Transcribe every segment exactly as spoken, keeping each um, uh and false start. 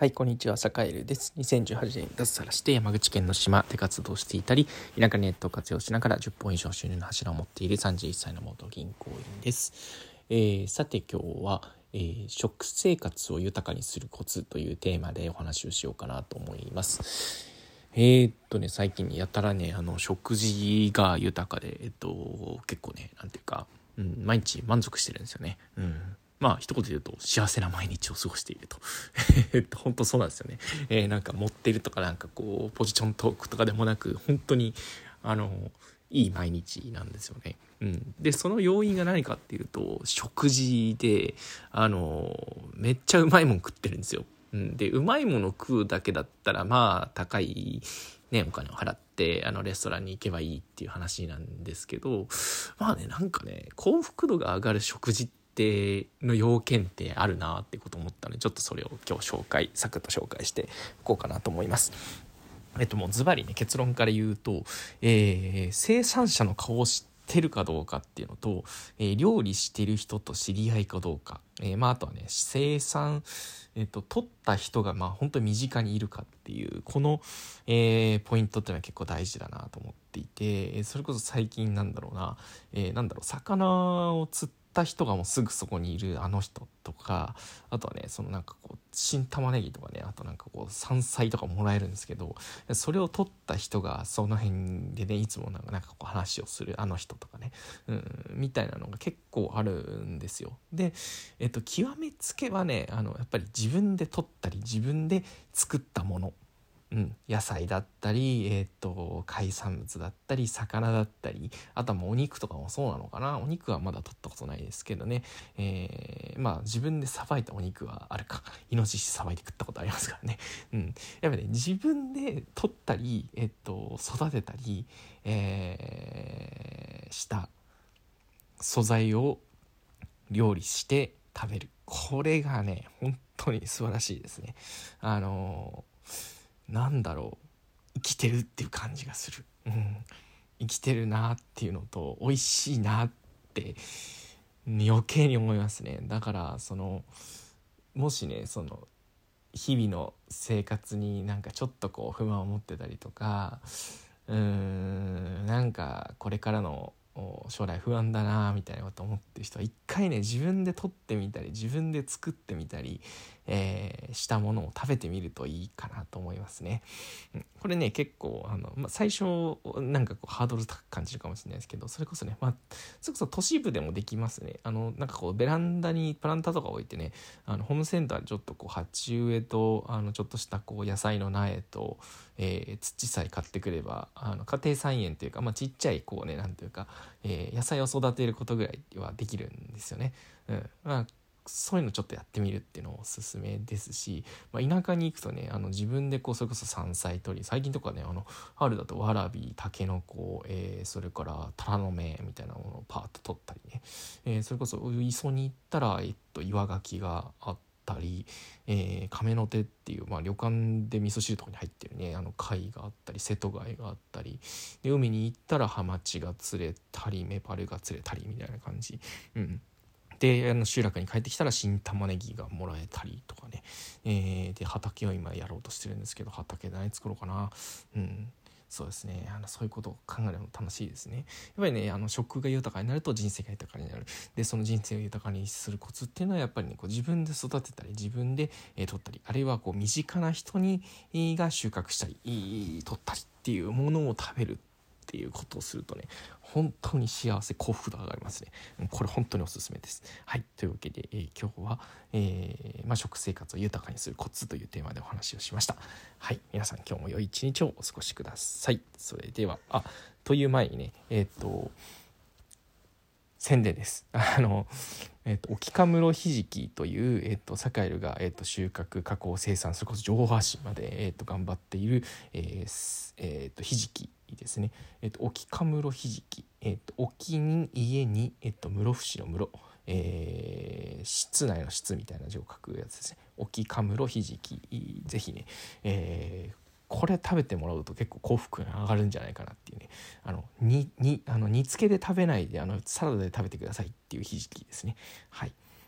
はい、こんにちは、サカエルです。にせんじゅうはちねんに脱サラして山口県の島で活動していたり、田舎ネットを活用しながらじゅっぽん以上収入の柱を持っているさんじゅういっさいの元銀行員です。えー、さて今日は、えー、食生活を豊かにするコツというテーマでお話をしようかなと思います。えー、っとね最近やたらねあの食事が豊かで、えっと、結構ねなんていうか、うん、毎日満足してるんですよね。うんまあ一言で言うと幸せな毎日を過ごしているとえっと本当そうなんですよね、えー、なんか持ってるとかなんかこうポジショントークとかでもなく本当にあのいい毎日なんですよね、うん、でその要因が何かっていうと食事であのめっちゃうまいもん食ってるんですよ、うん、でうまいもの食うだけだったらまあ高いね、お金を払ってあのレストランに行けばいいっていう話なんですけどまあねなんかね幸福度が上がる食事っての要件ってあるなってことを思ったのでちょっとそれを今日紹介サクッと紹介していこうかなと思います。えっともうズバリね結論から言うと、えー、生産者の顔を知ってるかどうかっていうのと、えー、料理してる人と知り合いかどうか、えー、まああとはね生産えっと取った人がまあ本当に身近にいるかっていうこの、えー、ポイントっていうのは結構大事だなと思っていてそれこそ最近なんだろうな、えー、なんだろう魚を釣ってた人がもうすぐそこにいるあの人とかあとはねそのなんかこう新玉ねぎとかねあとなんかこう山菜とかもらえるんですけどそれを取った人がその辺でねいつもなんかなんかこう話をするあの人とかね、うん、みたいなのが結構あるんですよ。で、えっと、極めつけはねあのやっぱり自分で取ったり自分で作ったものうん、野菜だったり、えー、と海産物だったり魚だったりあとはもうお肉とかもそうなのかなお肉はまだ取ったことないですけどね、えー、まあ自分でさばいたお肉はあるかイノシシさばいて食ったことありますからね、うん、やっぱね自分で取ったり、えー、と育てたり、えー、した素材を料理して食べるこれがね本当に素晴らしいですね。あのーなんだろう生きてるっていう感じがする、うん、生きてるなっていうのと美味しいなって余計に思いますね。だからそのもしねその日々の生活になんかちょっとこう不満を持ってたりとかうーんなんかこれからの将来不安だなみたいなこと思ってる人は一回ね自分で取ってみたり自分で作ってみたり、えー、したものを食べてみるといいかなと思いますね。これね結構あの、まあ、最初なんかこうハードル高く感じるかもしれないですけどそれこそね、まあ、それこそ都市部でもできますね。あのなんかこうベランダにプランターとか置いてねあのホームセンターでちょっとこう鉢植えとあのちょっとしたこう野菜の苗と、えー、土さえ買ってくればあの家庭菜園というか、まあ、ちっちゃいこうねなんていうか、えー、野菜を育てることぐらいはできるんですよね。うんまあそういうのちょっとやってみるっていうのもおすすめですし、まあ、田舎に行くとねあの自分でこうそれこそ山菜取り最近とかねあの春だとわらびたけのこ、えー、それからタラの芽みたいなものをパーッと取ったりね、えー、それこそ磯に行ったら、えっと、岩牡蠣があったり、えー、亀の手っていう、まあ、旅館で味噌汁とかに入ってるねあの貝があったり瀬戸貝があったりで海に行ったらハマチが釣れたりメバルが釣れたりみたいな感じ、うんであの集落に帰ってきたら新玉ねぎがもらえたりとかね、えー、で畑を今やろうとしてるんですけど畑で何作ろうかな、うん、そうですねあのそういうことを考えるの楽しいですね。やっぱりねあの食が豊かになると人生が豊かになる。でその人生を豊かにするコツっていうのはやっぱりねこう自分で育てたり自分で、えー、取ったりあるいはこう身近な人にが収穫したり取ったりっていうものを食べるっていうことをするとね本当に幸せ幸福度が上がりますね。これ本当におすすめです。はいというわけで、えー、今日は、えーまあ、食生活を豊かにするコツというテーマでお話をしました。はい皆さん今日も良い一日をお過ごしください。それではあという前にねえっ、ー、と宣伝です。あの、えー、と沖家室ひじきという、えー、とサカエルが、えー、と収穫加工生産それこそ情報発信まで、えー、と頑張っている、えーえー、とひじきですね。えー、と沖家室ひじき、えー、と沖に家に、えー、と室伏の室、えー、室内の室みたいな字を書くやつですね。沖家室ひじきぜひね、えーこれ食べてもらうと結構幸福が上がるんじゃないかなっていうねあのににあの煮付けで食べないであのサラダで食べてくださいっていうひじきですね。はい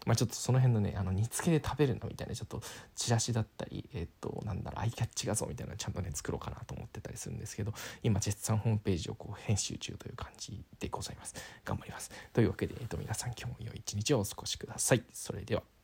まあ、ちょっとその辺のねあの煮付けで食べるのみたいなちょっとチラシだったり、えっとなんだろうアイキャッチ画像みたいなのちゃんとね作ろうかなと思ってたりするんですけど、今絶賛ホームページをこう編集中という感じでございます。頑張ります。というわけで、えっと皆さん今日も良い一日をお過ごしください。それでは。